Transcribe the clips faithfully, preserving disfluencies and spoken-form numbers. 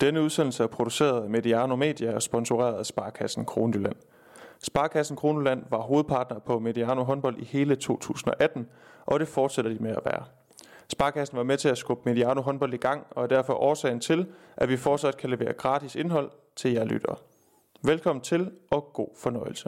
Denne udsendelse er produceret af Mediano Media og sponsoreret af Sparekassen Kronjylland. Sparekassen Kronjylland var hovedpartner på Mediano håndbold i hele to tusind og atten, og det fortsætter de med at være. Sparekassen var med til at skubbe Mediano håndbold i gang, og er derfor årsagen til, at vi fortsat kan levere gratis indhold til jer lyttere. Velkommen til, og god fornøjelse.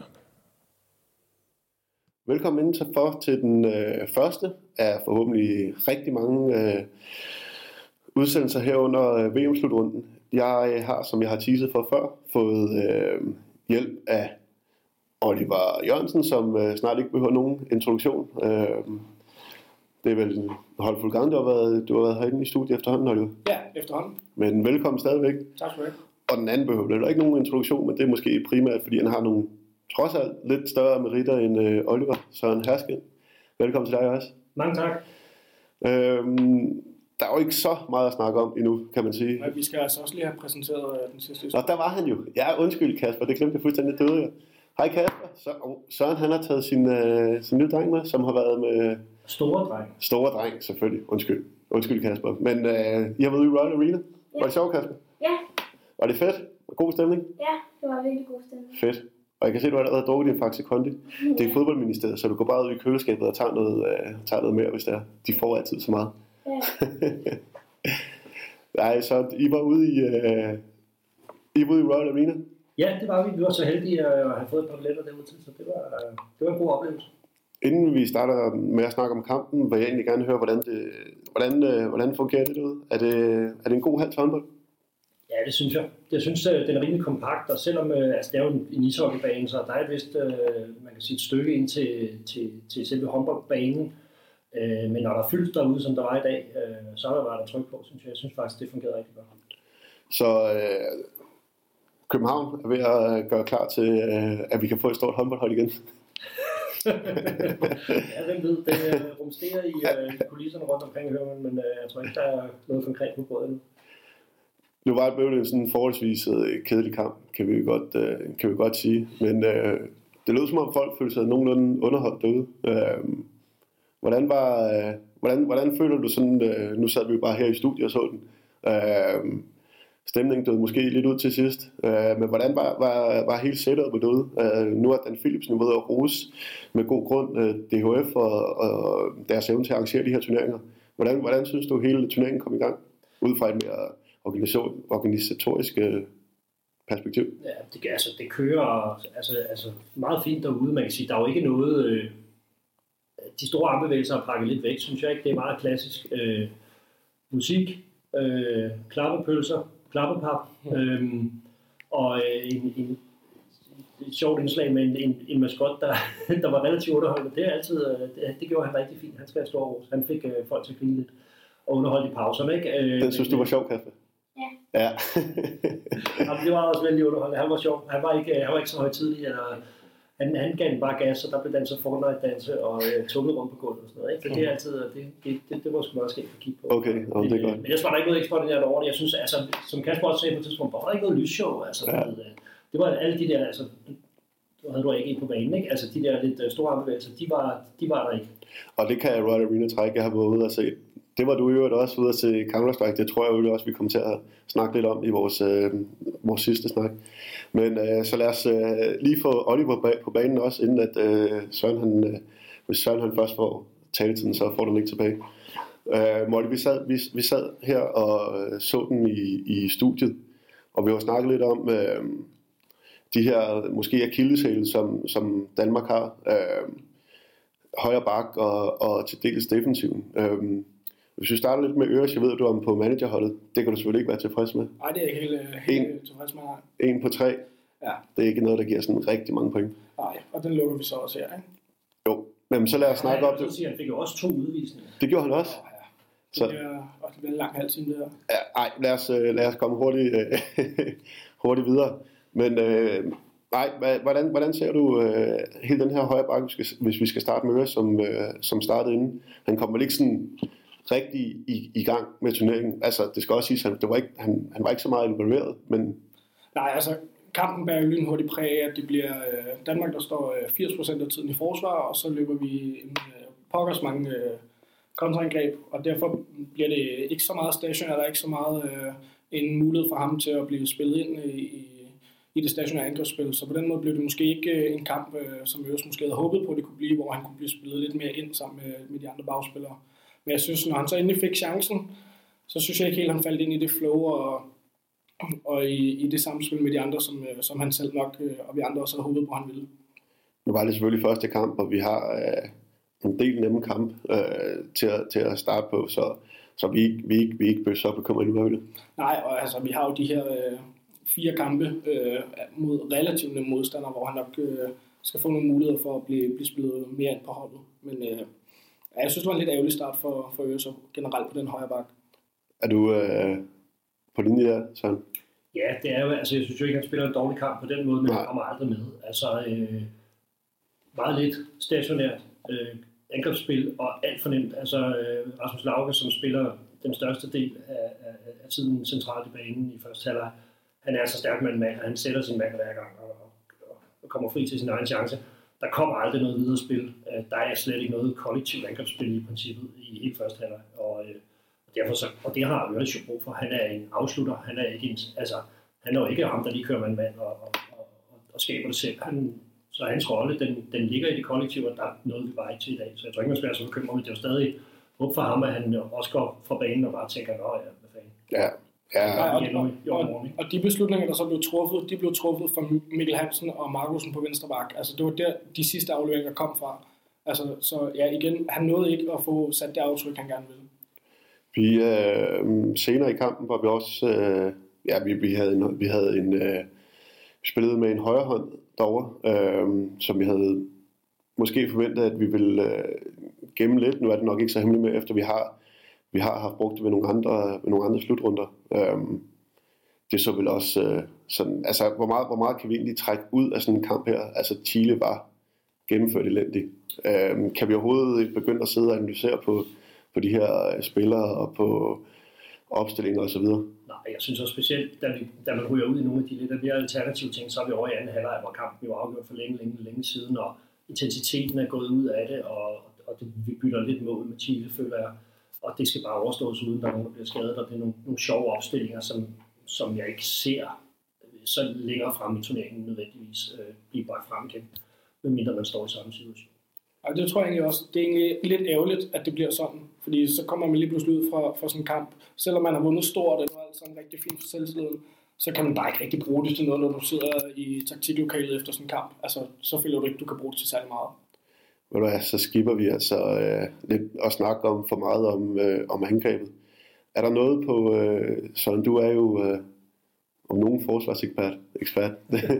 Velkommen indenfor til den øh, første af forhåbentlig rigtig mange øh, udsendelser her under øh, V M-slutrunden. Jeg har, som jeg har teaset for før, fået øh, hjælp af Oliver Jørgensen, som øh, snart ikke behøver nogen introduktion. Øh, det er vel en holdfuld gang, du har været, du har været herinde i studiet efterhånden, Oliver. Ja, efterhånden. Men velkommen stadigvæk. Tak skal du have. Og den anden behøver der ikke nogen introduktion, men det er måske primært, fordi han har nogle trods alt lidt større meritter end øh, Oliver, Søren Herskind. Velkommen til dig også. Mange tak. Øhm, der er jo ikke så meget at snakke om endnu, kan man sige. Nej, vi skal altså også lige have præsenteret uh, den sidste. Nå, der var han jo. Ja, undskyld Kasper, det glemte jeg fuldstændig døde jeg. Hej Kasper. Så, oh, Søren han har taget sin, øh, sin nye dreng med, som har været med... Store dreng. Store dreng, selvfølgelig. Undskyld. Undskyld Kasper. Men øh, I har været ude i Royal Arena. Ja. Var det sjovt, Kasper? Ja. Var det fedt? Var god stemning? Ja, det var virkelig god stemning. Fedt. Og jeg kan se, at du allerede har drukket din Faxe Kondi. Ja. Det er fodboldministeriet, så du går bare ud i køleskabet og tager noget, uh, tager noget mere, hvis det er. De får altid så meget. Ja. Nej, så I var ude i, uh, I var ude i Royal Arena? Ja, det var vi. Vi var så heldige at have fået et par billetter derude til, så det var, det var en god oplevelse. Inden vi starter med at snakke om kampen, vil jeg egentlig gerne høre, hvordan det, hvordan, uh, hvordan fungerer det derude? Er det, er det en god hal til håndbold? Ja, det synes jeg. Jeg synes, den er rimelig kompakt, og selvom altså, det er jo en ishockeybane, så der er et vist, man kan sige, et stykke ind til, til, til selve håndboldbanen. Men når der er fyldt derude, som der var i dag, så var der tryk på, synes jeg. Jeg synes faktisk, det fungerede rigtig godt. Så øh, København er ved at gøre klar til, øh, at vi kan få et stort håndboldhold igen? Ja, hvem ved. Det rumsterer i øh, kulisserne rundt omkring Hørmen, men øh, jeg tror ikke, der er noget konkret på bordet nu. Nu var det blevet en sådan forholdsvis øh, kedelig kamp, kan vi godt, øh, kan vi godt sige. Men øh, det lød som om folk følte sig nogenlunde underholdt derude. Øh, hvordan, var, øh, hvordan, hvordan føler du sådan, øh, nu sad vi jo bare her i studiet og så den. Øh, stemningen døde måske lidt ud til sidst. Øh, men hvordan var, var, var hele setupet derude? Øh, nu er Dan Philipsen jo ved at rose med god grund øh, D H F og, og deres evne til at arrangere de her turneringer. Hvordan, hvordan synes du hele turneringen kom i gang? Ud fra et mere organisatorisk perspektiv. Ja, det, altså, det kører altså, altså meget fint derude. Man kan sige, der er jo ikke noget... Øh, de store armbevægelser er pakket lidt væk, synes jeg ikke. Det er meget klassisk øh, musik, øh, klappepølser, klappepap, øh, og øh, en, en, et sjovt indslag med en, en, en maskot, der, der var relativt underholdende. Det er altid, det, det gjorde han rigtig fint. Han skal have stor ros. Han fik øh, folk til at grine lidt og underholde i pauserne, ikke? Øh, Den synes du var sjov, Kasper? Ja. Ja. Jamen, det var også vældig underholdende. Han var sjov. Han var ikke, han var ikke så højtidlig, eller han, han gav den bare gas, og der blev danset Fortnite-danse og øh, tumlet rundt på gulvet og sådan noget, ikke? Så det er altid, det, det, det, det var sgu meget skægt at kigge på. Okay, om det er godt. Men jeg synes, der er ikke noget ekstraordinært over det. Jeg synes, altså, som Kasper også sagde på et tidspunkt, var der ikke noget lysshow, altså. Ja. Det var alle de der, altså, du havde du ikke på banen, ikke? Altså, de der lidt store armbevægelser, de var, de var der ikke. Og det kan Royal Arena trække, jeg har været ude og se. Det var du jo også ude at se Counter-Strike. Det tror jeg jo også, vi kommer til at snakke lidt om i vores, øh, vores sidste snak. Men øh, så lad os øh, lige få Oliver bag, på banen også, inden at øh, Søren, han, øh, hvis Søren han først får taletiden, så får du ikke tilbage. Øh, Molly, vi sad, vi, vi sad her og øh, så den i, i studiet, og vi har snakket lidt om øh, de her måske akilleshæle, som, som Danmark har. Øh, højre bak og, og til dels defensiven. Øh, Hvis vi starter lidt med Øres, jeg ved, at du er på managerholdet. Det kan du selvfølgelig ikke være tilfreds med. Nej, det er ikke helt, helt en, tilfreds med. En på tre. Ja. Det er ikke noget, der giver sådan rigtig mange point. Nej, og den lukker vi så også her, ikke? Jo, men så lad os snakke ja, op det. Så han fik jo også to udvisninger. Det gjorde han også. Oh, ja. Det bliver også en lang halv time der. Ja, ej, lad os, lad os komme hurtigt, hurtigt videre. Men øh, nej, hvordan, hvordan ser du øh, hele den her højre bakke, hvis vi skal starte med Øres, som, øh, som startede inden? Han kom vel ikke sådan rigtig i, i gang med turneringen. Altså, det skal også siges, at det var ikke, han, han var ikke så meget involveret, men... Nej, altså, kampen bærer jo lynhurtigt præg af, at det bliver øh, Danmark, der står øh, firs procent af tiden i forsvar, og så løber vi en øh, pokkers mange øh, kontraangreb, og derfor bliver det ikke så meget stationært, der er ikke så meget øh, en mulighed for ham til at blive spillet ind i, i, i det stationære angrebsspil. Så på den måde blev det måske ikke en kamp, som Øres måske havde håbet på, det kunne blive, hvor han kunne blive spillet lidt mere ind sammen med, med de andre bagspillere. Men jeg synes, når han så endelig fik chancen, så synes jeg ikke helt, han faldt ind i det flow og, og i, i det samspil med de andre, som, som han selv nok og vi andre også havde håbet på, han ville. Nu var det selvfølgelig første kamp, og vi har øh, en del nemme kamp øh, til, at, til at starte på, så, så vi ikke vi ikke vi ikke så bekymret nu af det. Nej, og altså vi har jo de her øh, fire kampe øh, mod relativt nemme modstandere, hvor han nok øh, skal få nogle muligheder for at blive, blive spillet mere ind på holdet. Men øh, jeg synes, det var en lidt ærgerlig start for, for Øres generelt på den højre bak. Er du øh, på linje der, Søren? Ja, det er jo, altså jeg synes jo ikke, han spiller en dårlig kamp på den måde, men Nej. han kommer aldrig med. Altså øh, meget lidt stationært øh, angrebsspil og alt for nemt. Altså øh, Rasmus Lauke, som spiller den største del af, af, af tiden centralt i banen i første halvleg, han er så stærk med en mand, og han sætter sin mand hver gang og, og, og kommer fri til sin egen chance. Der kommer aldrig noget videre spil. Der er slet ikke noget kollektivt angrebsspil i princippet i helt første halvleg. Og, øh, derfor så, og det har Øres jo brug for. Han er en afslutter. Han er ikke en, altså, han er jo ikke ham, der lige kører med en mand og, og, og, og skaber det selv. Han, så hans rolle, den, den ligger i det kollektive, og der er noget, vi bare ikke til i dag. Så jeg tror ikke, man skal være så bekymret, men det er jo stadig håb for ham, at han også går fra banen og bare tænker, nå ja, hvad fanden. Ja. Ja, ja, og, og, og, og de beslutninger, der så blev truffet, de blev truffet fra Mikkel Hansen og Markusen på venstre bak. Altså det var der, de sidste afleveringer kom fra. Altså, så ja, igen, han nåede ikke at få sat det aftryk, han gerne ville. Vi øh, senere i kampen var vi også, øh, ja, vi, vi havde en, vi havde en, øh, vi spillede med en højre hånd derovre, øh, som vi havde måske forventet, at vi ville øh, gemme lidt. Nu er det nok ikke så hemmeligt med, efter vi har Vi har haft brugt det ved nogle andre, ved nogle andre slutrunder. Øhm, det så vel også øh, sådan, altså hvor meget, hvor meget kan vi egentlig trække ud af sådan en kamp her? Altså Chile var gennemført elendigt. Øhm, kan vi overhovedet begynde at sidde og analysere på, på de her spillere og på opstillinger og så videre? Nej, jeg synes også specielt, da, vi, da man ryger ud i nogle af de lidt mere alternative ting, så er vi over i anden halvleg, hvor kampen jo afgjort for længe, længe, længe siden, og intensiteten er gået ud af det, og, og det, vi bytter lidt mål med Chile, føler jeg. Og det skal bare overstås, uden der er nogen, der bliver skadet. Og det er nogle, nogle sjove opstillinger, som, som jeg ikke ser så længere frem i turneringen nødvendigvis øh, blive bragt frem igen, medmindre man står i samme situation. Og det tror jeg egentlig også, det er egentlig lidt ærgerligt, at det bliver sådan. Fordi så kommer man lige pludselig ud fra, fra sådan en kamp. Selvom man har vundet stort, og det var alt sådan rigtig fint for selvtilliden, så kan man bare ikke rigtig bruge det til noget, når du sidder i taktiklokalet efter sådan en kamp. Altså, så føler du ikke, du kan bruge det til særlig meget. Ved du hvad, så skipper vi altså øh, lidt og snakker om for meget om, øh, om angrebet. Er der noget på, øh, Søren, du er jo øh, om nogen forsvarsekspert, ekspert,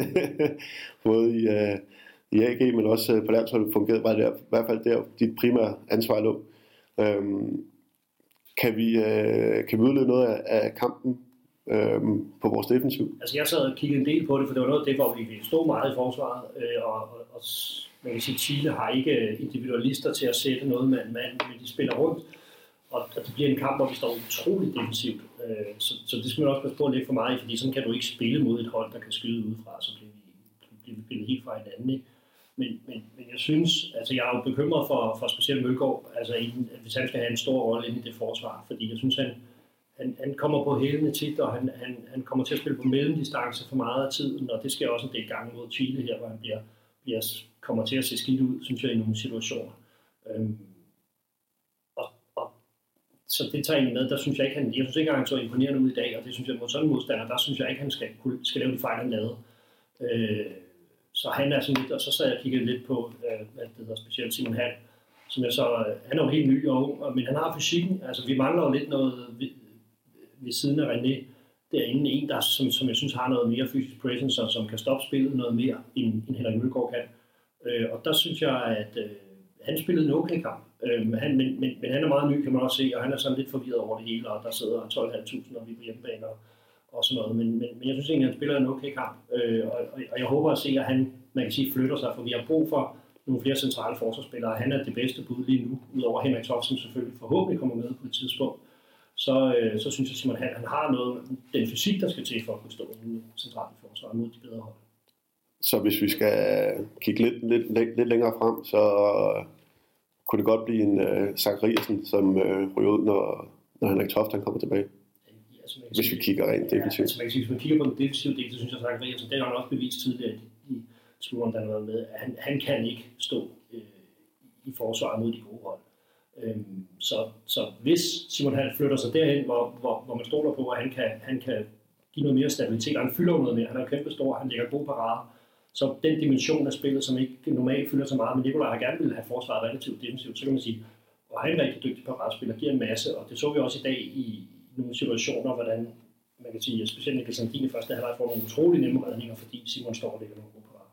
både i, øh, i A G, men også øh, på landsholdet fungerede bare der, i hvert fald der, dit primære ansvar lå. Øhm, kan, vi, øh, kan vi udlede noget af, af kampen øh, på vores defensiv? Altså jeg sad og kiggede en del på det, for det var noget af det, hvor vi stod meget i forsvaret, øh, og, og, og man kan sige, at Chile har ikke individualister til at sætte noget med en mand, men de spiller rundt, og, og det bliver en kamp, hvor vi står utroligt defensivt. Øh, så, så det skal man også passe på lidt for meget, fordi sådan kan du ikke spille mod et hold, der kan skyde udefra, så bliver vi, bliver vi pillet helt fra hinanden. Ikke? Men, men, men jeg synes, altså jeg er jo bekymret for, for specielt Mølgaard, altså inden, hvis han skal have en stor rolle inde i det forsvar, fordi jeg synes, han, han, han kommer på hælene tit, og han, han, han kommer til at spille på mellemdistance for meget af tiden, og det sker også en del gange mod Chile her, hvor han bliver, bliver, kommer til at se skidt ud, synes jeg, i nogle situationer. Øhm, og, og, så det tager egentlig med, der synes jeg ikke, han, jeg synes ikke, han så imponerende ud i dag, og det synes jeg, mod sådan en modstander, der synes jeg ikke, han skal, skal lave de fejl, han lavede. Øh, Så han er sådan lidt, og så sad jeg og kiggede lidt på, hvad det hedder, specielt Simon Hall, som jeg så, han er jo helt ny og ung, men han har fysikken, altså vi mangler jo lidt noget ved, ved siden af René, derinde en, der, som, som jeg synes har noget mere fysisk presence, og som kan stoppe spillet noget mere, end, end Henrik Mølgaard kan. Øh, og der synes jeg, at øh, han spillede en okay kamp, øh, men, han, men, men, men han er meget ny, kan man også se, og han er sådan lidt forvirret over det hele, og der sidder tolv tusind fem hundrede, og vi er på hjemmebane, og og sådan noget, men, men, men jeg synes egentlig, at han spiller en okay kamp, øh, og, og, og jeg håber at se, at han, man kan sige, flytter sig, for vi har brug for nogle flere centrale forsvarsspillere, og han er det bedste bud lige nu, udover Henrik Toft, som selvfølgelig forhåbentlig kommer med på et tidspunkt, så, øh, så synes jeg, at Simon han, han har noget, den fysik, der skal til for at kunne stå i centrale forsvar mod de bedre hold. Så hvis vi skal kigge lidt, lidt, lidt, lidt længere frem, så kunne det godt blive en uh, Zachariasen, som uh, ryger ud, når, når Henrik Toft han kommer tilbage. altså, hvis sige, vi kigger rent defensivt. Ja, altså, man kan sige, hvis man kigger på den defensive del, så synes jeg faktisk, at det har han også bevist tidligere i, i slutrunden, der har været med, at han, han kan ikke stå øh, i forsvaret mod de gode hold. Øhm, så, så hvis Simon han flytter sig derhen, hvor, hvor, hvor man stoler på, at han kan, han kan give noget mere stabilitet, og han fylder noget mere, han er kæmpe stor, han lægger gode parader, så den dimension af spillet, som ikke normalt fylder så meget, men Nikolaj har gerne vil have forsvaret relativt defensivt, så kan man sige, og han er en rigtig dygtig paradespiller, giver en masse, og det så vi også i dag i nogle situationer, hvordan man kan sige, at specielt Niklas Sandin i første halvleg får nogle utrolig nemme redninger, fordi Simon står og lægger nogle gode parader.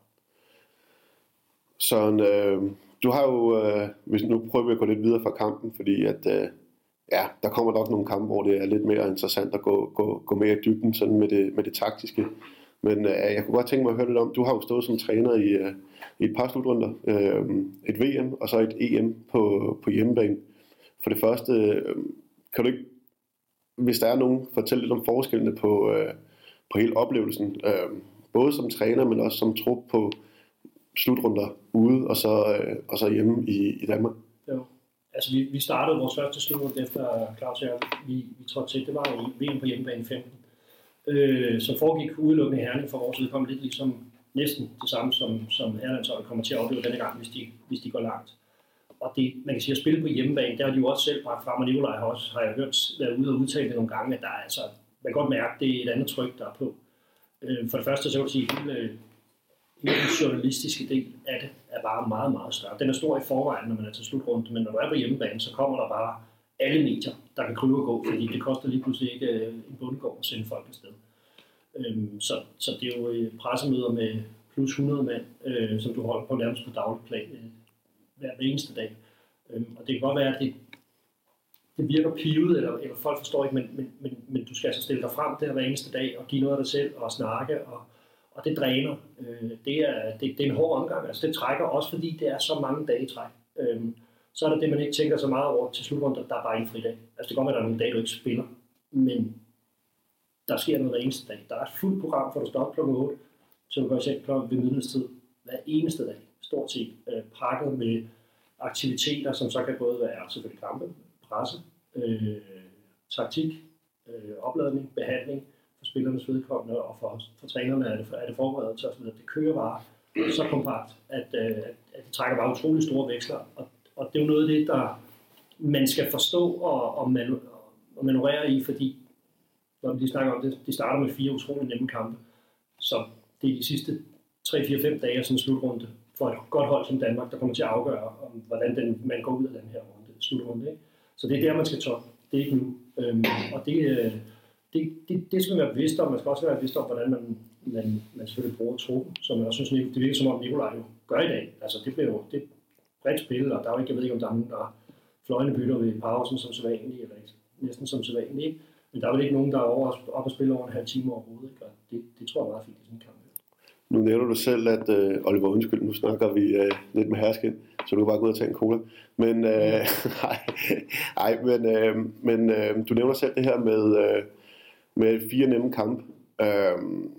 Så øh, du har jo, øh, hvis nu prøver vi at gå lidt videre fra kampen, fordi at, øh, ja, der kommer nok nogle kampe, hvor det er lidt mere interessant at gå, gå, gå mere i dybden sådan med, det, med det taktiske. Men øh, jeg kunne godt tænke mig at høre lidt om, du har jo stået som træner i, øh, i et par slutrunder, øh, et V M og så et E M på, på hjemmebane. For det første, øh, kan du ikke, hvis der er nogen, fortælle lidt om forskellene på, øh, på hele oplevelsen, øh, både som træner, men også som trup på slutrunder ude, og så, øh, og så hjemme i, i Danmark? Jo. Altså vi, vi startede vores første slutrunde efter Claus og jeg, vi, vi trådte til, det var i V M på hjemmebane femten, øh, som foregik udelukkende i Herning for vores vedkommende, lidt ligesom næsten det samme, som, som herrelandsholdet kommer til at opleve denne gang, hvis de, hvis de går langt. Og det, man kan sige, at spille på hjemmebane, der har de jo også selv bragt frem, og Nikolaj har også, har jeg hørt, været ude og udtale det nogle gange, at der er altså, man kan godt mærke, at det er et andet tryk, der er på. Øh, for det første, så vil jeg sige, at hele, hele den journalistiske del af det er bare meget, meget større. Den er stor i forvejen, når man er til slutrunde, men når du er på hjemmebane, så kommer der bare alle medier, der kan kryve og gå, fordi det koster lige pludselig ikke en bundegård at sende folk afsted. Øh, så, så det er jo pressemøder med plus hundrede mand, øh, som du holder på nærmest på daglig plan øh, hver eneste dag. Øhm, og det kan godt være, at det, det virker pivet, eller, eller folk forstår ikke, men, men, men, men du skal altså stille dig frem der hver eneste dag og give noget af dig selv og snakke, og, og det dræner. Øh, det, er, det, det er en hård omgang, altså det trækker også, fordi det er så mange dage i træk. Øhm, så er det det, man ikke tænker så meget over til slutrunden, der er bare en fridag. Altså det kan godt være, at der er nogle dage, du ikke spiller, men der sker noget hver eneste dag. Der er et fuldt program, for du står op klokken otte, så du går i seng klokken ved midnadstid hver eneste dag, stort set, øh, pakket med aktiviteter, som så kan både være selvfølgelig kampe, presse, øh, taktik, øh, opladning, behandling for spillernes vedkommende, og for, for trænerne er det, er det forberedt til osv. Det kører bare så kompakt, at, øh, at det trækker bare utrolig store veksler, og, og det er jo noget af det, der man skal forstå og, og, man, og manøvrere i, fordi når vi snakker om det, de starter med fire utrolig nemme kampe, så det er de sidste tre fire fem dage af sådan en slutrunde for et godt hold som Danmark, der kommer til at afgøre, om, hvordan den, man går ud af den her runde, slutrunde. Ikke? Så det er der, man skal toppe. Det er ikke nu. Øhm, og det, det, det, det skal man være bevidst om. Man skal også være bevidst om, hvordan man, man, man selvfølgelig bruger truppen, som jeg også synes, det virker som om Nikolaj jo gør i dag. Altså det bliver jo det er bredt spil, og der er jo ikke, jeg ved ikke, om der er nogen, der fløjende bytter ved pausen som sædvanligt, eller ikke, næsten som sædvanligt, ikke? Men der er vel ikke nogen, der er over, op og spiller over en halv time overhovedet. Ikke? Det, det tror jeg er meget fint i sådan en kamp. Nu nævner du selv, at øh, Oliver, undskyld, nu snakker vi øh, lidt med hersken, så du kan bare gå ud og tage en cola. Men, øh, nej, nej, men, øh, men øh, du nævner selv det her med, øh, med fire nemme kampe. Øh,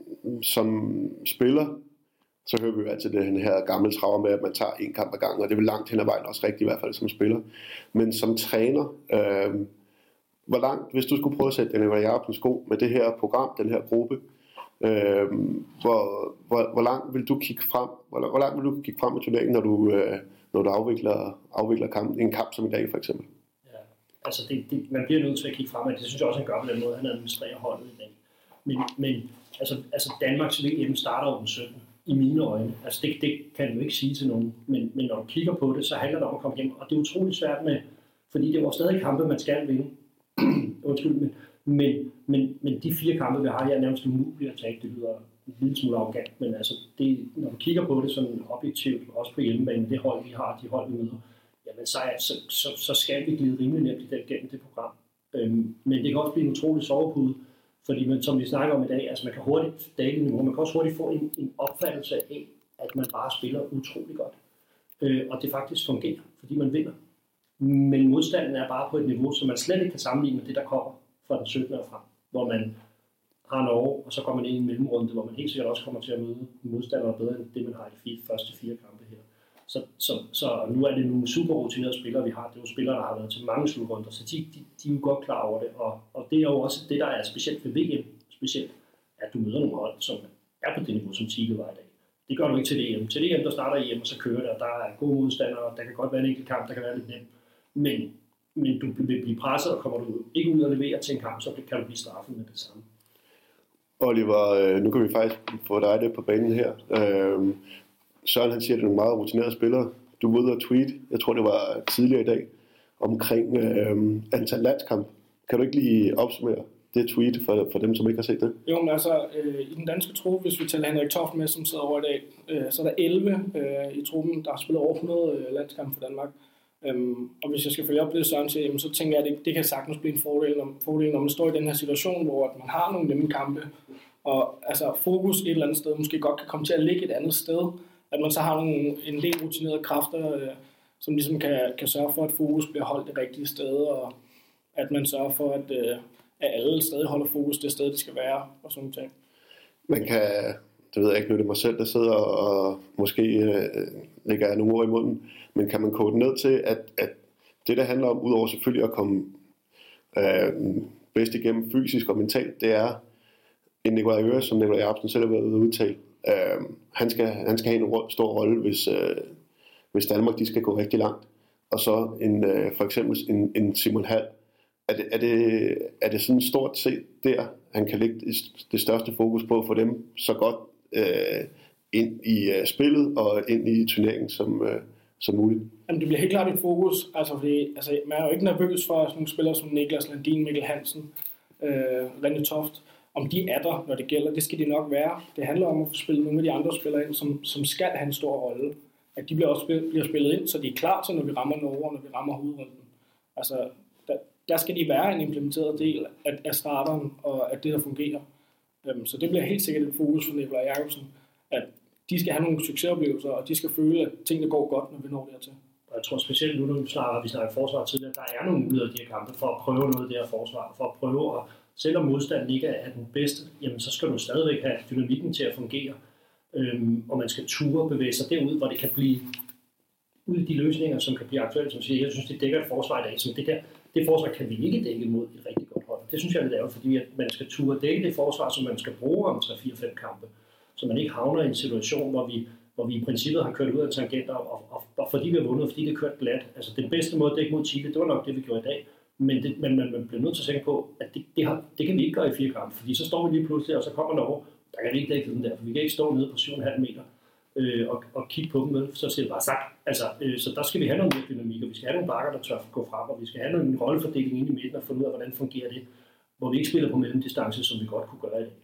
som spiller, så hører vi jo altid det her gamle traver med, at man tager en kamp ad gangen, og det er vel langt hen ad vejen også rigtigt, i hvert fald som spiller. Men som træner, øh, hvor langt, hvis du skulle prøve at sætte den Nikolaj Jacobsen sko med det her program, den her gruppe, Øh, hvor, hvor, hvor langt vil du kigge frem? Hvor, hvor langt vil du kigge frem i turneringen, når du, øh, når du afvikler, afvikler kamp, en kamp som i dag for eksempel? Ja, altså det, det, man bliver nødt til at kigge frem, og det synes jeg også, han gør på den måde, han administrerer holdet i dag. Men, men altså, altså Danmarks V M starter over den syttende i mine øjne. Altså det, det kan du ikke sige til nogen, men, men når du kigger på det, så handler det om at komme hjem, og det er utroligt svært med, fordi det var stadig kampe, man skal vinde. Undskyld, men Men, men, men de fire kampe, vi har her, er nærmest umuligt at tage. Det lyder en lille smule arrogant, men altså det, når du kigger på det sådan objektivt, også på hjemmebane, det hold, vi har, de hold, vi møder, jamen så, så, så, så skal vi glide rimelig nemt i den, gennem det program. Øhm, men det kan også blive en utrolig sovepude, fordi man, som vi snakker om i dag, altså man kan hurtigt, daglig niveau, man kan også hurtigt få en, en opfattelse af, at man bare spiller utrolig godt. Øh, og det faktisk fungerer, fordi man vinder. Men modstanden er bare på et niveau, som man slet ikke kan sammenligne med det, der kommer fra den syttende og frem, hvor man har Norge, og så kommer man ind i en mellemrunde, hvor man helt sikkert også kommer til at møde modstandere bedre end det, man har i de fire, første fire kampe her. Så, så, så nu er det nogle super rutinerede spillere, vi har. Det er jo spillere, der har været til mange slutrunder, så de, de, de er jo godt klar over det. Og, og det er jo også det, der er specielt ved V M, specielt, at du møder nogle hold, som er på det niveau, som Tigge var i dag. Det gør du ikke til det E M. Til det E M, der starter E M, og så kører det, og der er gode modstandere, der kan godt være en enkelt kamp, der kan være lidt nem. Men, men du vil blive presset, og kommer du ikke ud og levere til en kamp, så kan du blive straffet med det samme. Oliver, nu kan vi faktisk få dig det på banen her. Søren han siger, at det er nogle meget rutinerede spillere. Du var ude og tweet, jeg tror det var tidligere i dag, omkring øh, antal landskamp. Kan du ikke lige opsummere det tweet for, for dem, som ikke har set det? Jo, men altså, øh, i den danske truppe, hvis vi tæller Henrik Toft med, som sidder over i dag, øh, så er der elleve øh, i truppen, der har spillet over hundrede øh, landskampe for Danmark. Øhm, og hvis jeg skal følge op det, Søren siger, jamen, så tænker jeg, at det, det kan sagtens blive en fordel, om, fordel, når man står i den her situation, hvor man har nogle nemme kampe, og altså, fokus et eller andet sted måske godt kan komme til at ligge et andet sted, at man så har nogle, en del rutinerede kræfter, øh, som ligesom kan, kan sørge for, at fokus bliver holdt det rigtige sted, og at man sørger for, at, øh, at alle stadig holder fokus det sted, det skal være, og sådan noget. Man kan, det ved jeg ikke, nu er det mig selv, der sidder og måske øh, lægger jeg nogle ord i munden, men kan man kode ned til, at, at det, der handler om, udover selvfølgelig at komme øh, bedst igennem fysisk og mentalt, det er en Nikolaj Øre, som Nikolaj Jacobsen selv har været ude at udtale. Øh, han, skal, han skal have en stor rolle, hvis, øh, hvis Danmark de skal gå rigtig langt. Og så en, øh, for eksempel en, en Simon Hall. Er det, er, det, er det sådan stort set der, han kan lægge det største fokus på for dem så godt øh, ind i øh, spillet og ind i turneringen som, øh, som muligt? Jamen, det bliver helt klart et fokus, altså, fordi altså, man er jo ikke nervøs for sådan nogle spillere som Niklas Landin, Mikkel Hansen, øh, René Toft, om de er der, når det gælder. Det skal de nok være. Det handler om at få spillet nogle af de andre spillere ind, som, som skal have en stor rolle. At de bliver også spillet, bliver spillet ind, så de er klar til, når vi rammer Norge, når vi rammer hovedrunden. Altså, der, der skal de være en implementeret del af, af starteren og af det, der fungerer. Um, så det bliver helt sikkert et fokus for Nikolaj Jacobsen, at de skal have nogle succesoplevelser, og de skal føle, at tingene går godt, når vi når dertil. Og jeg tror specielt nu, når vi snakker, vi snakker forsvar tidligere, der er nogle muligheder i de her kampe for at prøve noget af det her forsvar, for at prøve at, selvom modstanden ikke er den bedste, jamen så skal du stadigvæk have dynamikken til at fungere, øhm, og man skal ture bevæge sig derud, hvor det kan blive ud i de løsninger, som kan blive aktuelle, som siger, jeg synes, det dækker et forsvar i dag, som det der, det forsvar kan vi ikke dække mod et rigtig godt hold. Det synes jeg er lidt ærgerligt, fordi at man skal ture dække det forsvar, som man skal bruge om tre fire fem kampe, så man ikke havner i en situation, hvor vi hvor vi i princippet har kørt ud af tangenter, og, og, og fordi vi har vundet, fordi det er kørt glat. Altså den bedste måde at dække mod Chile, det var nok det, vi gjorde i dag. Men, det, men man, man bliver nødt til at tænke på, at det, det, har, det kan vi ikke gøre i fire kampe, fordi så står vi lige pludselig, og så kommer Norge, der kan vi ikke dække den der, for vi kan ikke stå nede på syv komma fem meter øh, og, og kigge på dem med, så siger det bare sagt. Altså, øh, så der skal vi have noget mere dynamik, og vi skal have nogle bakker, der tør gå frem, og vi skal have en rollefordeling ind i midten og finde ud af, hvordan fungerer det, hvor vi ikke spiller på mellemdistance, som vi godt kunne gøre i dag.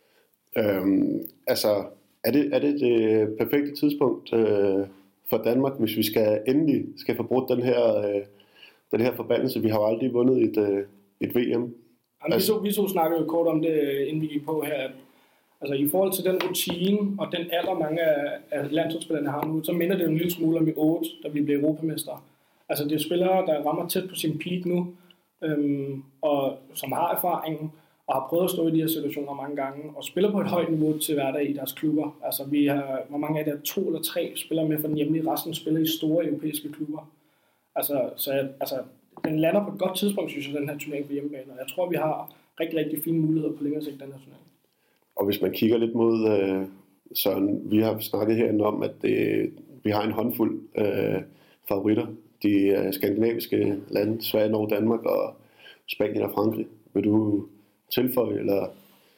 Øhm, altså... Er det, er det det perfekte tidspunkt øh, for Danmark, hvis vi skal endelig skal få brudt den her, øh, den her forbandelse? Vi har jo aldrig vundet et, øh, et V M. Jamen, altså, vi, så, vi så snakkede jo kort om det, inden vi gik på her. At, altså i forhold til den rutine og den alder, mange af, af landsholdsspillerne har nu, så minder det jo en lille smule om i otte, da vi blev europamestre. Altså det er spillere, der rammer tæt på sin peak nu, øhm, og som har erfaringen, og har prøvet at stå i de her situationer mange gange, og spiller på et højt niveau til hverdag i deres klubber. Altså vi har, hvor mange af det er to eller tre spillere med fra den hjemlige, resten spiller i store europæiske klubber. Altså, så jeg, altså, den lander på et godt tidspunkt, synes jeg, den her turnering på hjemmebane, og jeg tror, vi har rigtig, rigtig fine muligheder på længere sigt, den her turnering. Og hvis man kigger lidt mod, øh, så vi har snakket herinde om, at det, vi har en håndfuld øh, favoritter. De øh, skandinaviske lande, Sverige, Norge, Danmark og Spanien og Frankrig. Vil du tilføje, eller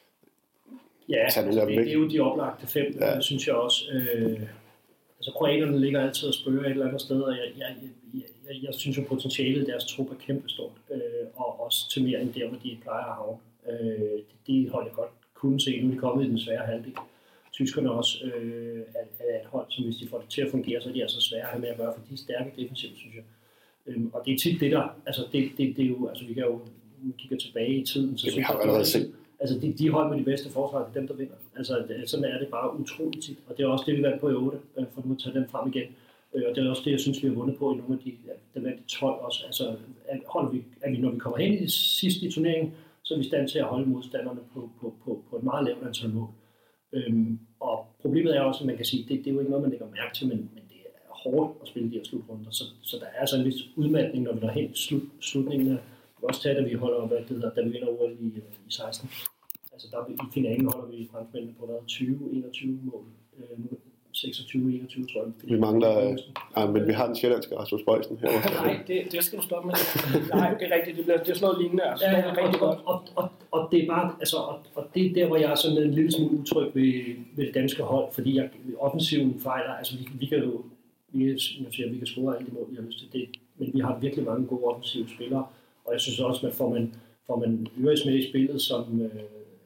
ja, altså, det, det er jo de oplagte fem, ja. Det synes jeg også. Øh, altså kroaterne ligger altid og spørger et eller andet sted, og jeg, jeg, jeg, jeg, jeg synes jo potentialet i deres trup er kæmpestort, øh, og også til mere end der, hvor de plejer at havne. Øh, det, det hold jeg godt kunne se, nu er de kommet i den svære halvdel. Tyskerne også øh, er, er et hold, som hvis de får det til at fungere, så er de altså svære at have med at gøre, for de er stærke defensivt, synes jeg. Øh, og det er tit det der, altså det, det, det er jo, altså vi kan jo kigger tilbage i tiden, så det, vi har allerede set. Altså de, de hold med de bedste forsvar, det er dem, der vinder. Altså det, sådan er det bare utroligt tit, og det er også det, vi vandt på i otte, for nu at tage dem frem igen. Og det er også det, jeg synes, vi har vundet på i nogle af de, der vandt i tolv også. Altså at, vi, at vi, når vi kommer hen i det sidste i turneringen, så er vi i stand til at holde modstanderne på, på, på, på et meget lavt antal mål. Øhm, og problemet er også, at man kan sige, det, det er jo ikke noget, man lægger mærke til, men, men det er hårdt at spille de her slutrunder, så, så der er altså en vis udmatning, når vi når hen slut, slutningen af, vi også tage, da vi holder, hvad det hedder, da vi vinder O L i, i seksten. Altså der i finalen holder vi franskmændene på hvad, tyve enogtyve mål, øh, nu seksogtyve enogtyve tror jeg. Vi mangler, ja, men vi har den sjællandske Rasmus Bøjsen her. Nej, det, det skal du stoppe med. Nej, det er rigtigt, det bliver det er sådan noget lignende. Altså. Ja, ja, rigtig godt. Og, og, og, det er bare, altså, og, og det er der, hvor jeg er sådan en lille smule utryg ved, ved det danske hold, fordi jeg, offensiven fejler, altså vi, vi kan jo, vi, jeg siger, vi kan score alt det mål, vi har lyst til det, men vi har virkelig mange gode offensive spillere, og jeg synes også, at får man, får man Øres med i spillet, som øh,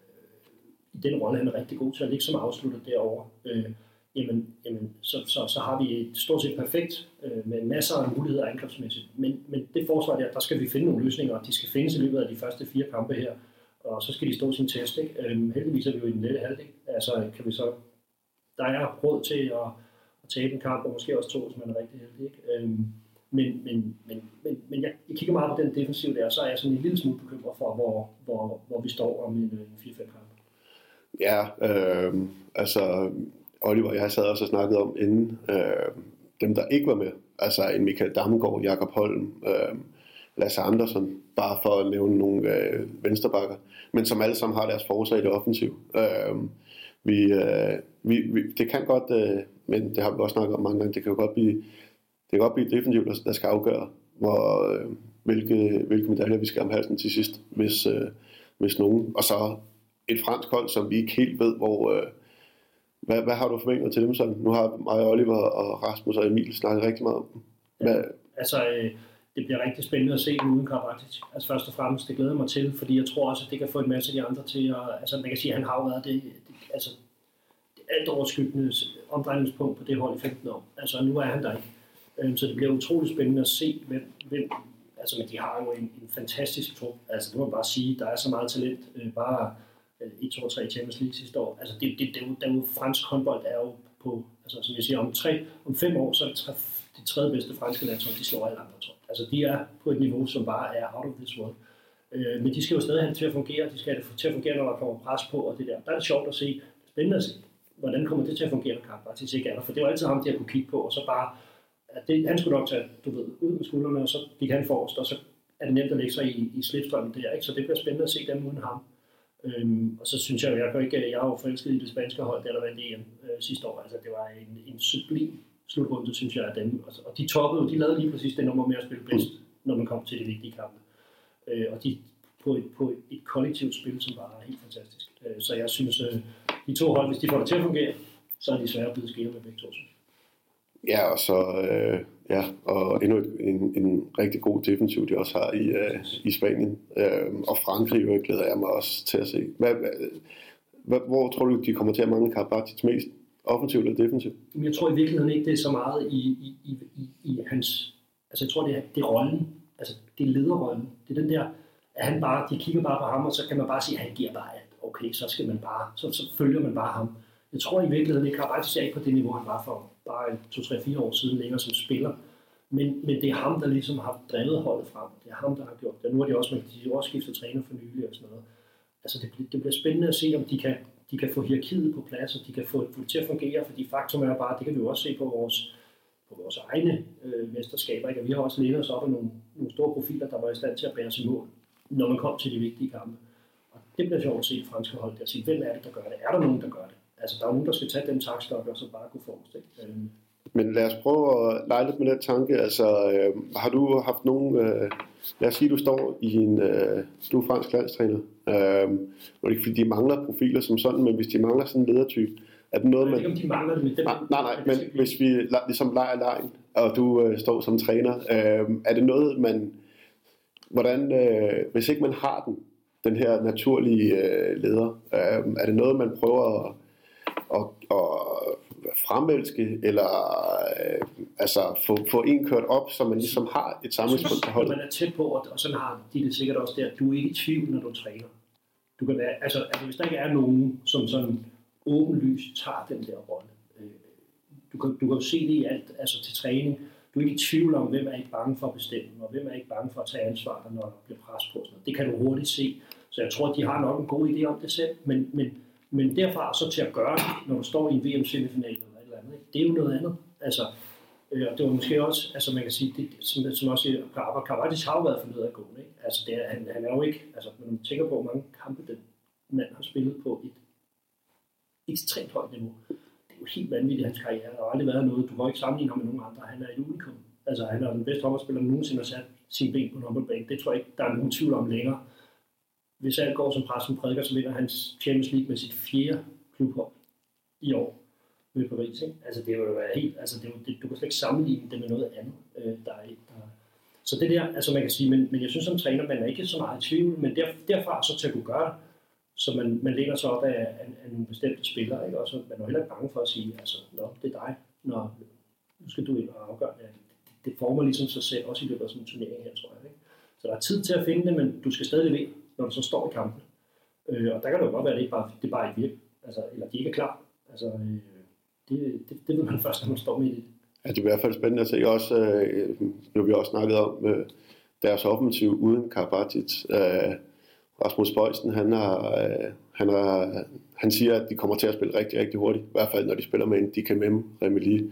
i den rolle, han er rigtig god til at ligge som afslutter derovre, øh, jamen, jamen så, så, så har vi et stort set perfekt øh, med masser af muligheder angrebsmæssigt. Men, men det forsvar der, der skal vi finde nogle løsninger, og de skal findes i løbet af de første fire kampe her, og så skal de stå sin test. Ikke? Øhm, heldigvis er vi jo i den lette halvdel. Altså kan vi så, der er råd til at, at tabe en kamp, og måske også to, hvis man er rigtig heldig. Ikke? Øhm, men, men, men, men, men jeg, jeg kigger meget på den defensiv der, og så er jeg sådan en lille smule bekymret for, hvor, hvor, hvor vi står om en, en fire fem kamp. Ja, øh, altså Oliver og jeg sad også og snakket om inden, øh, dem der ikke var med, altså en Michael Damgaard, Jakob Holm, øh, Lasse Andersen, bare for at nævne nogle øh, venstrebakker, men som alle sammen har deres forslag i det offensiv. Øh, vi, øh, vi, vi, det kan godt, øh, men det har vi også snakket om mange gange, det kan jo godt blive, det kan godt blive defensivt, der, der skal afgøre, hvor, øh, hvilke, hvilke medaljer vi skal om halsen til sidst, hvis, øh, hvis nogen. Og så et fransk hold, som vi ikke helt ved, hvor... Øh, Hvad, hvad har du forventninger til dem sådan? Nu har mig, Oliver og Rasmus og Emil snakket rigtig meget om dem. Ja, altså, øh, det bliver rigtig spændende at se dem uden Karabatic. Altså først og fremmest, det glæder mig til, fordi jeg tror også, at det kan få en masse af de andre til at... Altså man kan sige, at han har jo været det, det, altså, det alt overskyggende omdrejningspunkt på det hold i femten år. Altså nu er han der ikke. Øh, så det bliver utroligt spændende at se, hvem... hvem altså men de har jo en, en fantastisk trup. Altså det må man bare sige, der er så meget talent. Øh, bare... et, to og tre Champions League sidste år. Altså det, det, det, det, det er jo fransk håndbold er jo på, altså som jeg siger, om tre, om fem år, så er det det tredje bedste franske landshold, de slår alle andre, tror jeg. Altså de er på et niveau, som bare er out of this world. Øh, men de skal jo stadig have det til at fungere, de skal have det til at fungere, når der kommer pres på, og det der. Der er det sjovt at se, spændende at se, hvordan kommer det til at fungere, når Karabatic ikke er der, for det var altid ham, de har kunne kigge på, og så bare, at det, han skulle nok tage, du ved, ud med skuldrene, og så gik han forrest, og så er det nemt at lægge sig i, i slipstrømmen der, ikke? Så det bliver spændende at se dem uden ham. Øhm, og så synes jeg, jeg kan ikke, jeg er jo forelsket i det spanske hold, der der vandt E M øh, sidste år. Altså det var en, en sublim slutrunde, synes jeg, af dem. Og, og de toppede, de lavede lige præcis det nummer med at spille bedst, når man kom til de vigtige kampe. Øh, og de på et, på et, et kollektivt spil, som var helt fantastisk. Øh, så jeg synes, øh, de to hold, hvis de får det til at fungere, så er de svære at blive skære med begge to. Ja, og så øh, ja, og endnu en, en rigtig god defensiv, de også har i, øh, i Spanien. Øh, og Frankrig jo glæder jeg mig også til at se. Hvad, hvad, hvor tror du, de kommer til at mangle Karabatic mest? Offensivt eller defensivt? Jeg tror i virkeligheden ikke, det er så meget i, i, i, i, i hans... Altså jeg tror, det er, det er rollen. Altså det er lederrollen. Det er den der, at han bare, de kigger bare på ham, og så kan man bare sige, at han giver bare alt. Okay, så skal man bare, så, så følger man bare ham. Jeg tror i virkeligheden ikke, Karabatic er ikke på det niveau, han var for bare to, tre, fire år siden længere som spiller. Men, men det er ham, der ligesom har drevet holdet frem. Det er ham, der har gjort det. Nu har de også, de har også skiftet træner for nylig og sådan noget. Altså det, det bliver spændende at se, om de kan, de kan få hierarkiet på plads, og de kan få, få det til at fungere, fordi faktum er bare, det kan vi jo også se på vores, på vores egne øh, mesterskaber. Ikke? Og vi har også lænet os op af nogle, nogle store profiler, der var i stand til at bære sig mål, når man kom til de vigtige kampe. Og det bliver sjovt at se det franske hold der og sige, hvem er det, der gør det? Er der nogen, der gør det? Altså, der er nogen, der skal tage den takstokke og så bare gå forrest. Ikke? Men lad os prøve at lege lidt med den tanke. Altså, øh, har du haft nogen... Øh, lad os sige, du står i en... Øh, du er fransk landstræner. Øh, og det er fordi, de mangler profiler som sådan, men hvis de mangler sådan en ledertype, er det noget, man... Jeg ved ikke, om de mangler det, men det... Nej, nej, nej men hvis vi ligesom leger lejen, og du øh, står som træner, øh, er det noget, man... Hvordan... Øh, hvis ikke man har den, den her naturlige øh, leder, øh, er det noget, man prøver at... Og, og fremelske, eller øh, altså få, få en kørt op, så man ligesom har et samlingspunkt på holdet. Man er tæt på, og sådan har de det sikkert også der. Du er ikke i tvivl, når du træner. Du kan være, altså, altså hvis der ikke er nogen, som sådan åbenlyst tager den der rolle. Øh, du, kan, du kan jo se det i alt, altså til træning. Du er ikke i tvivl om, hvem er ikke bange for at bestemme, og hvem er ikke bange for at tage ansvar, når der bliver pres på. Sådan. Det kan du hurtigt se. Så jeg tror, at de har nok en god idé om det selv, men, men Men derfra så til at gøre det, når du står i en V M-semifinal eller et eller andet, det er jo noget andet. Altså, Øh, og det var måske også, altså man kan sige, det, som, som også Karadzic har jo været for nedadgående, ikke? Altså det er, han, han er jo ikke, altså når man tænker på, hvor mange kampe den mand har spillet på et ekstremt højt niveau. Det er jo helt vanvittigt i hans karriere. Der har aldrig været noget, du kan ikke sammenligne ham med nogen andre. Han er et unikum. Altså han er den bedste håndboldspiller, der nogensinde har sat sine ben på en håndboldbane. Det tror jeg ikke, der er nogen tvivl om længere. Hvis alt går som pressen prædiker, så vinder han Champions League med sit fjerde klubhold i år med Paris. Ikke? Altså det vil jo være helt, altså det, det, du kan slet ikke sammenligne det med noget andet. Øh, der er, der, så det der, altså man kan sige, men, men jeg synes som træner, man er ikke så meget i tvivl, men der, derfra så til at kunne gøre det, så man, man læner sig op af, af, af nogle bestemte spillere, ikke? Og så man er heller ikke bange for at sige, altså, nå, det er dig, når nu skal du ind og afgøre det. Det, det former ligesom sig selv, også i løbet af sådan en turnering her, tror jeg. Ikke? Så der er tid til at finde det, men du skal stadig levere, når du så står i kampen. Øh, og der kan det jo godt være, at det ikke bare, det bare ikke virker, altså, eller de ikke er klar. Altså, øh, det, det, det ved man først, når man står midt i det. Ja, det er i hvert fald spændende at se. Også, øh, nu har vi også snakket om øh, deres offensiv uden Karadzic. Øh, Rasmus Boysen, han, har, øh, han, har, han siger, at de kommer til at spille rigtig, rigtig hurtigt. I hvert fald, når de spiller med en Dikemem, Remili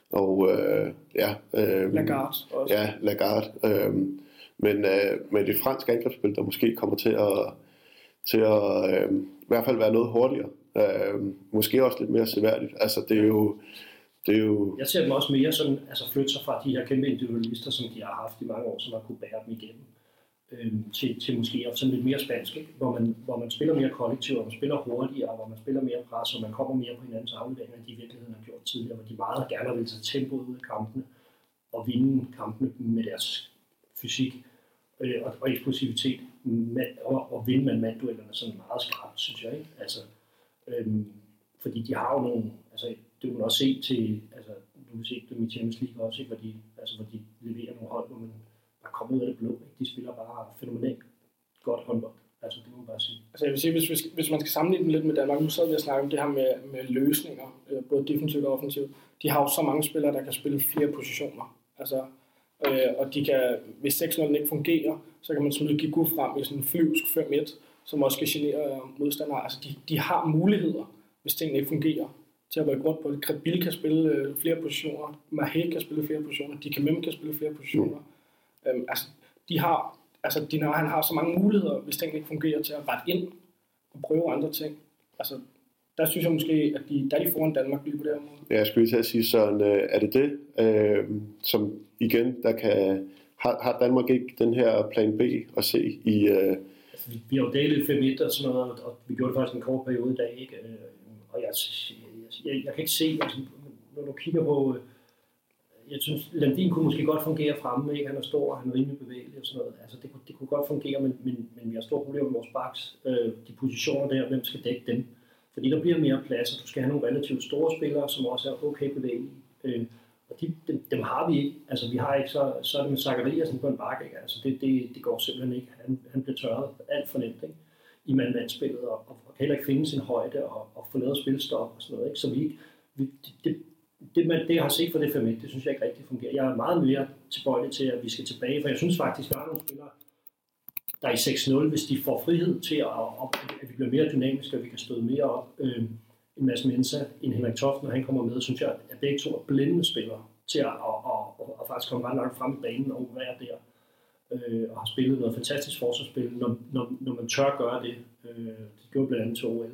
og øh, ja, øh, Lagarde også. Ja, Lagarde. Øh, men øh, med det franske angrebsspil, der måske kommer til at, til at øh, i hvert fald være noget hurtigere. Øh, måske også lidt mere seværdigt. Altså, det er jo... Det er jo... Jeg ser dem også mere sådan, altså flytte sig fra de her kæmpe individualister, som de har haft i mange år, som har kunne bære dem igennem. Øhm, til, til måske også sådan lidt mere spansk, ikke? Hvor, man, hvor man spiller mere kollektivt, hvor man spiller hurtigere, hvor man spiller mere pres, og man kommer mere på hinandens afleveringer, end de i virkeligheden har gjort tidligere, hvor de meget gerne vil tage tempoet ud af kampene og vinde kampene med deres fysik øh, og, og eksplosivitet med, og, og vinde med mandduellerne sådan meget skarpt, synes jeg. Ikke? Altså, øhm, fordi de har jo nogle, altså det kan man også se til, altså du kan se dem i Champions League også, ikke? Hvor de, altså hvor de leverer nogle hold, hvor man bare kommer ud af det blå. Ikke? De spiller bare fænomenalt godt håndbold. Altså, det må man bare sige. Altså, jeg vil sige, hvis, hvis, hvis man skal sammenligne dem lidt med Danmark, nu sad vi og snakke om det her med, med løsninger, både defensivt og offensivt. De har jo så mange spillere, der kan spille flere positioner. Altså, øh, og de kan, hvis seks nul ikke fungerer, så kan man smide Gigu frem i sådan en flyvsk fem et, som også skal genere modstandere. Altså, de, de har muligheder, hvis tingene ikke fungerer, til at rykke rundt på det. Krabil kan spille øh, flere positioner, Mahé kan spille flere positioner, Dikemem kan spille flere positioner. Mm. Øhm, altså, de har, altså, de, han har så mange muligheder, hvis tingene ikke fungerer, til at rette ind og prøve andre ting. Altså, der synes jeg måske, at de, der er de foran Danmark lige på det her måde. Ja, jeg skulle lige til at sige sådan, øh, er det det, øh, som igen, der kan, har, har Danmark ikke den her plan B at se i... Øh... Altså, vi, vi har jo delt fem et og sådan noget, og vi gjorde det faktisk en kort periode i dag, ikke? Og jeg, jeg, jeg, jeg kan ikke se, altså, når du kigger på... Jeg synes, Landin kunne måske godt fungere fremme, ikke? Han er stor, og han er rimelig bevægelig og sådan noget. Altså, det, det kunne godt fungere, men, men, men vi har store problemer med vores backs. Øh, de positioner der, hvem skal dække dem? Fordi der bliver mere plads, og du skal have nogle relativt store spillere, som også er okay bevægelige. Øh, og de, dem, dem har vi ikke. Altså, vi har ikke så, så er det med Zachariasen på en bakke, ikke? Altså, det, det, det går simpelthen ikke. Han, han bliver tørret alt for nemt, ikke? I mand-mand-spillet, og, og kan heller ikke finde sin højde, og, og få lavet spilstop og sådan noget, ikke? Så vi ikke... Vi, det, det, Det, man, det jeg har set for det fem et, det synes jeg ikke rigtig fungerer. Jeg er meget mere tilbøjelig til, at vi skal tilbage, for jeg synes faktisk, at der er nogle spillere, der er i seks nul, hvis de får frihed til, at, at vi bliver mere dynamiske, og vi kan støde mere op. Øh, en masse Mensa, en Henrik Toft, når han kommer med, synes jeg, at begge to er blændende spillere til at, at, at, at, at faktisk komme ret langt frem i banen og operere der. Øh, og har spillet noget fantastisk forsvarsspil, når, når, når man tør gøre det. Øh, det gjorde blandt andet til O L.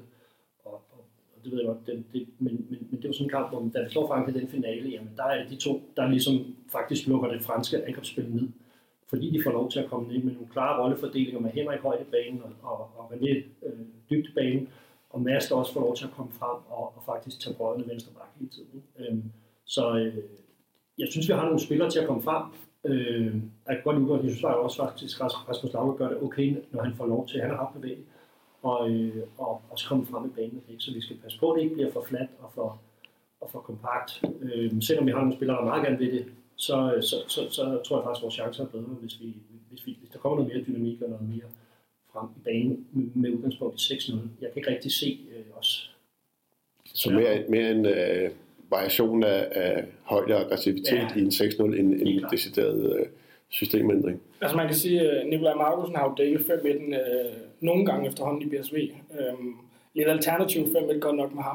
Det ved jeg godt, det, det, men, men, men det var sådan en kamp, hvor da vi slår Frankrig i den finale, jamen der er det de to, der ligesom faktisk lukker det franske angrebsspil ned. Fordi de får lov til at komme ned med nogle klare rollefordelinger med Henrik højt i banen og, og, og René øh, dybt i banen, og Mads der også får lov til at komme frem og, og faktisk tage brødene venstre bakke hele tiden. Øhm, så øh, jeg synes, vi har nogle spillere til at komme frem. Øh, jeg kan godt lide, jeg synes jeg også faktisk, at Rasmus Lauke gør det okay, når han får lov til. Han er ret bevægelig. Og, øh, og også komme frem i banen. Ikke? Så vi skal passe på, at det ikke bliver for fladt og for, og for kompakt. Øh, selvom vi har nogle spillere, der meget gerne vil det, så, så, så, så tror jeg faktisk, at vores chancer er bedre, hvis, vi, hvis, vi, hvis der kommer noget mere dynamik og noget mere frem i banen med, med udgangspunkt i seks nul. Jeg kan ikke rigtig se øh, os. Så mere, mere en øh, variation af, af højde og aggressivitet ja. I en seks nul end en decideret øh, systemændring. Altså man kan sige, at Nikolaj Markusen har jo dækket fem et øh, nogle gange efterhånden i B S V. Øhm, lidt alternativ fem et godt nok med ham.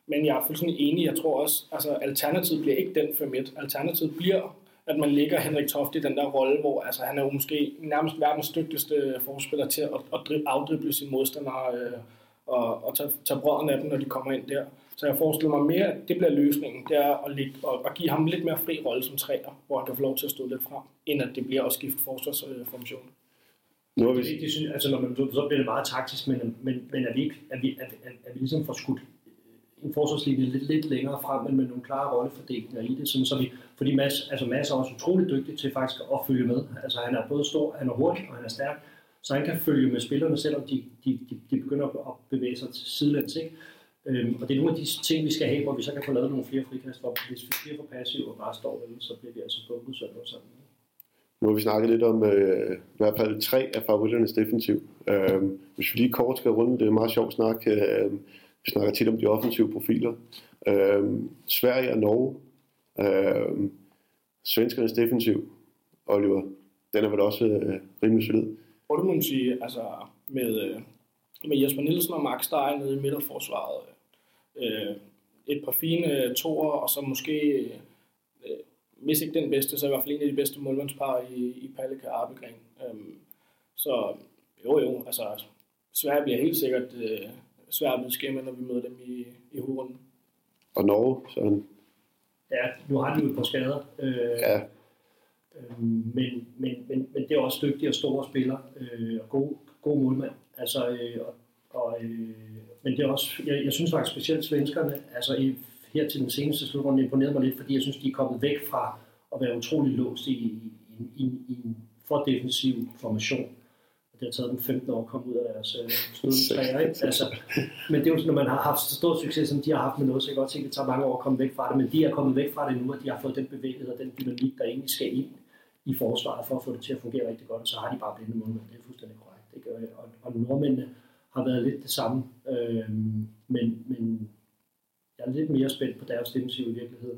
Men jeg er fuldstændig enig. Jeg tror også, altså alternativet bliver ikke den før midt. Alternativet bliver, at man lægger Henrik Toft i den der rolle, hvor altså, han er jo måske nærmest verdens dygtigste forspiller til at, at afdrible sine modstandere øh, og, og tage, tage brøden af dem, når de kommer ind der. Så jeg forestiller mig mere, at det bliver løsningen. Det er at, lægge, at, at give ham lidt mere fri rolle som træner, hvor han kan få lov til at stå lidt frem, end at det bliver at skifte forsvarsformation. Nu er vi... det, det synes, altså når man, så bliver det meget taktisk, men, men, men er, vi ikke, er, vi, er, er, er vi ligesom får skudt en forsvarslinje lidt, lidt længere frem, men med nogle klare rollefordelinger i det, sådan, så vi, fordi Mads, altså Mads er også utrolig dygtig til faktisk at følge med. Altså han er både stor, han er hurtig og han er stærk, så han kan følge med spillerne, selvom de, de, de, de begynder at bevæge sig til sidelæns, ikke? Øhm, og det er nogle af de ting, vi skal have, hvor vi så kan få lavet nogle flere frikast, hvor hvis vi bliver for passive og bare står vel, så bliver vi altså bumpet sådan noget sammen. Nu har vi snakket lidt om øh, i hvert fald tre af favoritternes defensiv. Øh, hvis vi lige kort skal runde, det er meget sjovt snak. Øh, vi snakker tit om de offensive profiler. Øh, Sverige og Norge. Øh, svenskernes defensiv, Oliver, den er vel også øh, rimelig solid. Hvor det må man sige, altså med, øh, med Jesper Nielsen og Max Steyr nede i midterforsvaret, øh, et par fine toer, og så måske... Øh, hvis ikke den bedste, så er i hvert fald en af de bedste målmandspar i, i Palicka og Appelgren. Øhm, så jo jo, altså Sverige bliver helt sikkert øh, svært at blive skæmme, når vi møder dem i, i hovedrunden. Og Norge, sådan. Ja, nu har de jo et par skader. Øh, ja. øh, men, men, men, men det er også dygtige og store spillere, øh, og gode, gode målmænd. Altså, øh, og, og, øh, men det er også, jeg, jeg synes faktisk specielt svenskerne, altså i her til den seneste slutrunde imponerede mig lidt, fordi jeg synes, de er kommet væk fra at være utrolig låst i, i, i, i en for defensiv formation. Det har taget dem femten år at komme ud af deres øh, snødetræer, ikke? Altså, men det er jo, når man har haft så stor succes, som de har haft med noget, så jeg kan godt tænke, at det tager mange år at komme væk fra det, men de er kommet væk fra det nu, og de har fået den bevægelighed og den dynamik, der egentlig skal ind i forsvaret for at få det til at fungere rigtig godt, og så har de bare blinde målmænd. Det er fuldstændig korrekt. Det gør, og, og nordmændene har været lidt det samme, øh, men, men jeg er lidt mere spændt på deres defensiv i virkeligheden.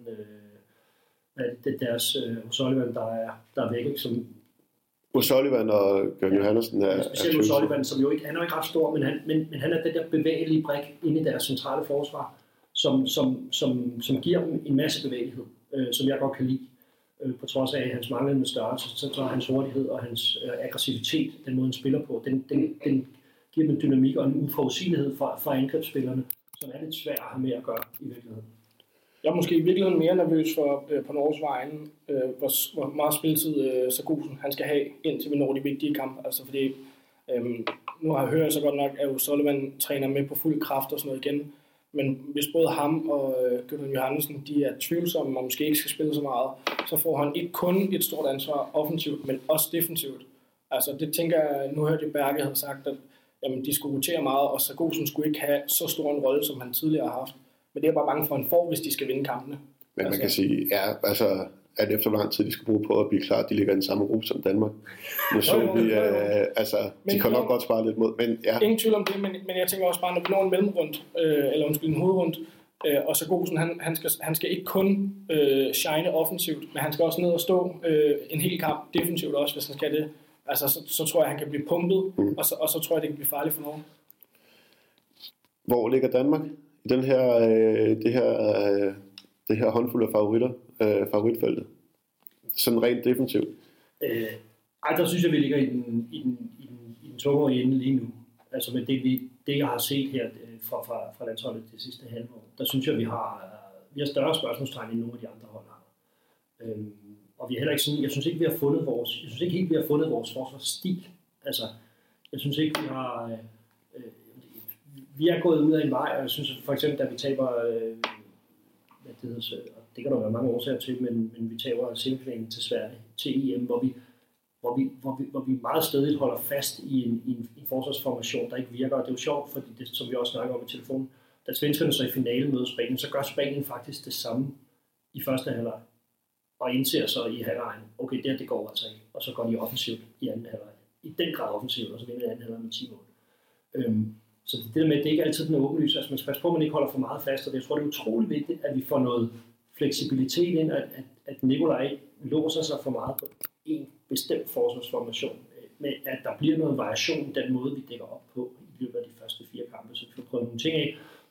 Øh, det er deres øh, O'Sullivan, der er, der er væk, ikke? Som O'Sullivan og Gørn Johannesson er... Ja, specielt O'Sullivan, som jo ikke, han er jo ikke ret stor, men han, men, men han er den der bevægelige brik inde i deres centrale forsvar, som, som, som, som giver dem en masse bevægelighed, øh, som jeg godt kan lide. Øh, på trods af hans manglende størrelse, så, så hans hurtighed og hans øh, aggressivitet, den måde han spiller på, den, den, den giver dem en dynamik og en uforudsigelighed for, for angrebsspillerne, som er lidt svært at have med at gøre i virkeligheden. Jeg er måske i virkeligheden mere nervøs for øh, på Norges vejen, øh, hvor, hvor meget spilletid øh, Sargussen han skal have, indtil vi når de vigtige kampe. Altså fordi, øh, nu har jeg hørt så godt nok, at O'Sullivan træner med på fuld kraft og sådan noget igen. Men hvis både ham og øh, Gørn Johannesson, de er tvivlsomme og måske ikke skal spille så meget, så får han ikke kun et stort ansvar offensivt, men også defensivt. Altså det tænker jeg, nu hørte jeg Berge havde sagt, at jamen, de skulle rotere meget, og Sargussen skulle ikke have så stor en rolle, som han tidligere har haft. Men det er bare bange for, en får, hvis de skal vinde kampene. Men altså, man kan sige, ja, altså, at efter hvor lang tid de skal bruge på at blive klar, de ligger i den samme gruppe som Danmark. Nu så vi, øh, altså, de kan nok godt spare lidt mod, men ja. Ingen tvivl om det, men, men jeg tænker også bare, når vi når en mellemrund, øh, eller undskyld, en hovedrund, øh, og Sargussen, han, han, skal, han skal ikke kun øh, shine offensivt, men han skal også ned og stå øh, en hel kamp defensivt også, hvis han skal det. Altså, så, så tror jeg, han kan blive pumpet, mm. og, så, og så tror jeg, det kan blive farligt for nogen. Hvor ligger Danmark i den her, øh, det her, øh, det her håndfuld af favoritter, øh, favoritfeltet? Sådan rent defensivt. Øh, ej, der synes jeg, vi ligger i den, i den, i den, i den tungere ende lige nu. Altså med det, vi, det jeg har set her fra, fra, fra landsholdet det sidste halve år, der synes jeg, vi har, vi har større spørgsmålstegn end nogle af de andre hold har. Øh, og vi er heller ikke sådan, jeg synes ikke, vi har fundet vores, jeg synes ikke helt, vi har fundet vores forsvarsstil. Altså, jeg synes ikke, vi har... Øh, Vi er gået ud af en vej, og jeg synes for eksempel, da vi taber, øh, hvad det hedder, og det kan der være mange årsager til, men, men vi taber semifinalen til Sverige, til E M, hvor vi, hvor vi, hvor vi, hvor vi meget stødigt holder fast i en, i en, en forsvarsformation, der ikke virker. Og det er jo sjovt, fordi det, som vi også snakker om i telefonen, da svenskerne så i finalen møder Spanien, så gør Spanien faktisk det samme i første halvleg, og indser så i halvlejen, okay, det, det går altså ikke, og så går de offensivt i anden halvleg. I den grad offensivt, og så vinder de anden halvleg med ti mål. Øhm, Så det der med, at det ikke er altid den åbenlyse, altså man skal passe på, at man ikke holder for meget fast, og jeg tror, det er utroligt vigtigt, at vi får noget fleksibilitet ind, at, at, at Nikolaj ikke låser sig for meget på en bestemt forsvarsformation, med at der bliver noget variation i den måde, vi dækker op på i løbet af de første fire kampe, så vi får prøvet nogle ting af,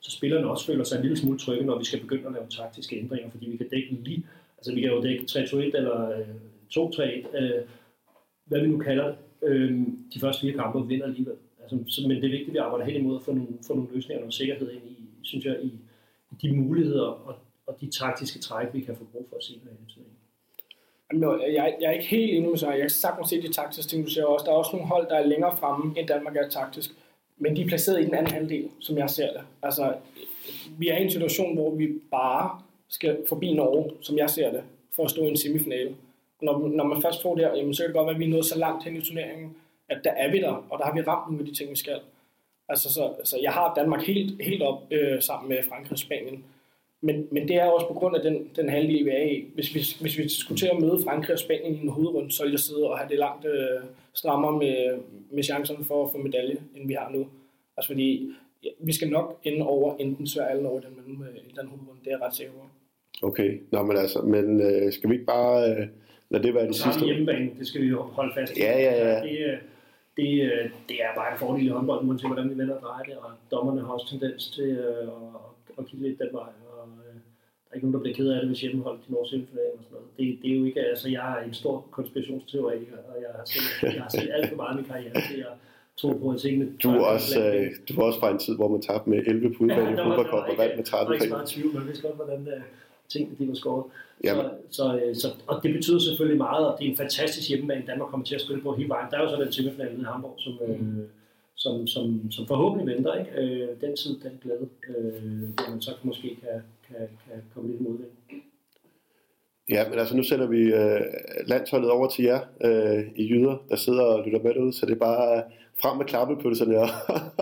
så spillerne også føler sig en lille smule trygge, når vi skal begynde at lave taktiske ændringer, fordi vi kan dække lige, altså vi kan jo dække tre to et eller øh, to tre et, øh, hvad vi nu kalder det. Øh, de første fire kampe og vinder alligevel. Altså, så, men det er vigtigt, at vi arbejder hen imod at få nogle, få nogle løsninger og noget sikkerhed ind i, synes jeg, i, i de muligheder og, og de taktiske træk, vi kan få brug for at se med turneringen. Jeg, jeg er ikke helt enig med sig. Jeg kan sagtens se de taktiske ting, du siger også. Der er også nogle hold, der er længere fremme, end Danmark er taktisk. Men de er placeret i den anden halvdel, som jeg ser det. Altså, vi er i en situation, hvor vi bare skal forbi Norge, som jeg ser det, for at stå i en semifinale. Når, når man først får der, jamen, så kan det godt være, at vi er nået så langt hen i turneringen, at der er vi der, og der har vi ramt nogle af de ting, vi skal. Altså, så, så jeg har Danmark helt, helt op øh, sammen med Frankrig og Spanien. Men, men det er også på grund af den, den halvdel, vi er i. Hvis, hvis, hvis vi skulle til at møde Frankrig og Spanien i en hovedrunde, så ville jeg sidde og have det langt øh, strammere med, med chancerne for at få medalje, end vi har nu. Altså fordi, ja, vi skal nok ende over enten Sverige eller Norge i den, mellem, i den hovedrunde. Det er jeg ret sikker på. Okay, nå, men altså, men øh, skal vi ikke bare øh, lade det være det sidste? Så har vi hjemmebane, det skal vi jo holde fast i. Ja, ja, ja. Det, det, det er bare en fordel i håndbold, uanset hvordan vi vender og drejer det, og dommerne har også tendens til øh, at, at kigge lidt den vej. Og, øh, der er ikke nogen, der bliver ked af det, hvis hjemmeholdet de når semifinalen og sådan noget. Det, det er jo ikke, altså jeg er en stor konspirationsteoretiker, og jeg har set, jeg har set alt for meget i min karriere til at tro på, at tingene... Du er også, øh, du er også fra en tid, hvor man tabte med elleve på udvalg i fodboldkop og vandt med tretten. Der var ikke så meget tvivl, man vidste godt, hvordan uh, tingene de var skåret. Så, så, så, og det betyder selvfølgelig meget, og det er en fantastisk hjemmebane, Danmark kommer til at spille på hele vejen. Der er jo så den semifinale i Hamburg, som, mm. øh, som, som, som forhåbentlig venter, ikke? Øh, den tid, den glæde, øh, hvor man så måske kan, kan, kan komme lidt imod det. Ja, men altså nu sender vi øh, landsholdet over til jer øh, i Jyder, der sidder og lytter med derude, så det er bare frem med klappepølserne og,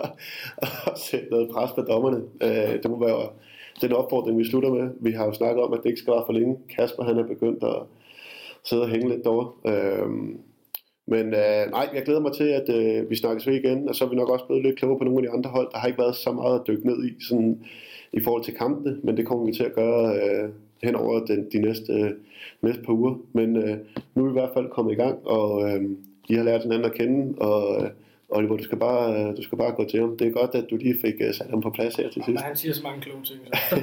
og sætte noget pres på dommerne. Øh, det må være den opfordring, vi slutter med. Vi har jo snakket om, at det ikke skal være for længe. Kasper, han er begyndt at sidde og hænge lidt derovre. Øh, men øh, nej, jeg glæder mig til, at øh, vi snakkes ved igen, og så er vi nok også blevet lidt klogere på nogle af de andre hold. Der har ikke været så meget at dykke ned i, sådan, i forhold til kampene, men det kommer vi til at gøre øh, hen over den, de næste, øh, næste par uger. Men øh, nu er vi i hvert fald kommet i gang, og øh, I har lært hinanden at kende, og øh, Oliver, du skal, bare, du skal bare gå til ham. Det er godt, at du lige fik uh, sat ham på plads her til sidst. Ja, han siger så mange kloge ting. Så.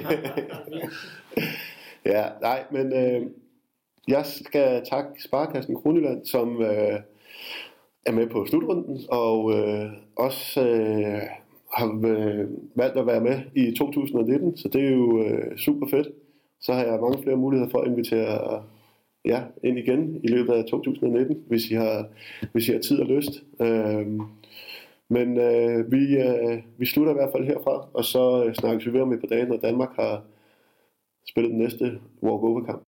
Ja, nej, men øh, jeg skal takke Sparekassen Kronjylland, som øh, er med på slutrunden, og øh, også øh, har øh, valgt at være med i to tusind nitten, så det er jo øh, super fedt. Så har jeg mange flere muligheder for at invitere ja, ind igen i løbet af to tusind nitten, hvis I har, hvis I har tid og lyst. Øhm, men øh, vi, øh, vi slutter i hvert fald herfra, og så øh, snakkes vi ved om et par dage, når Danmark har spillet den næste walk-over-kamp.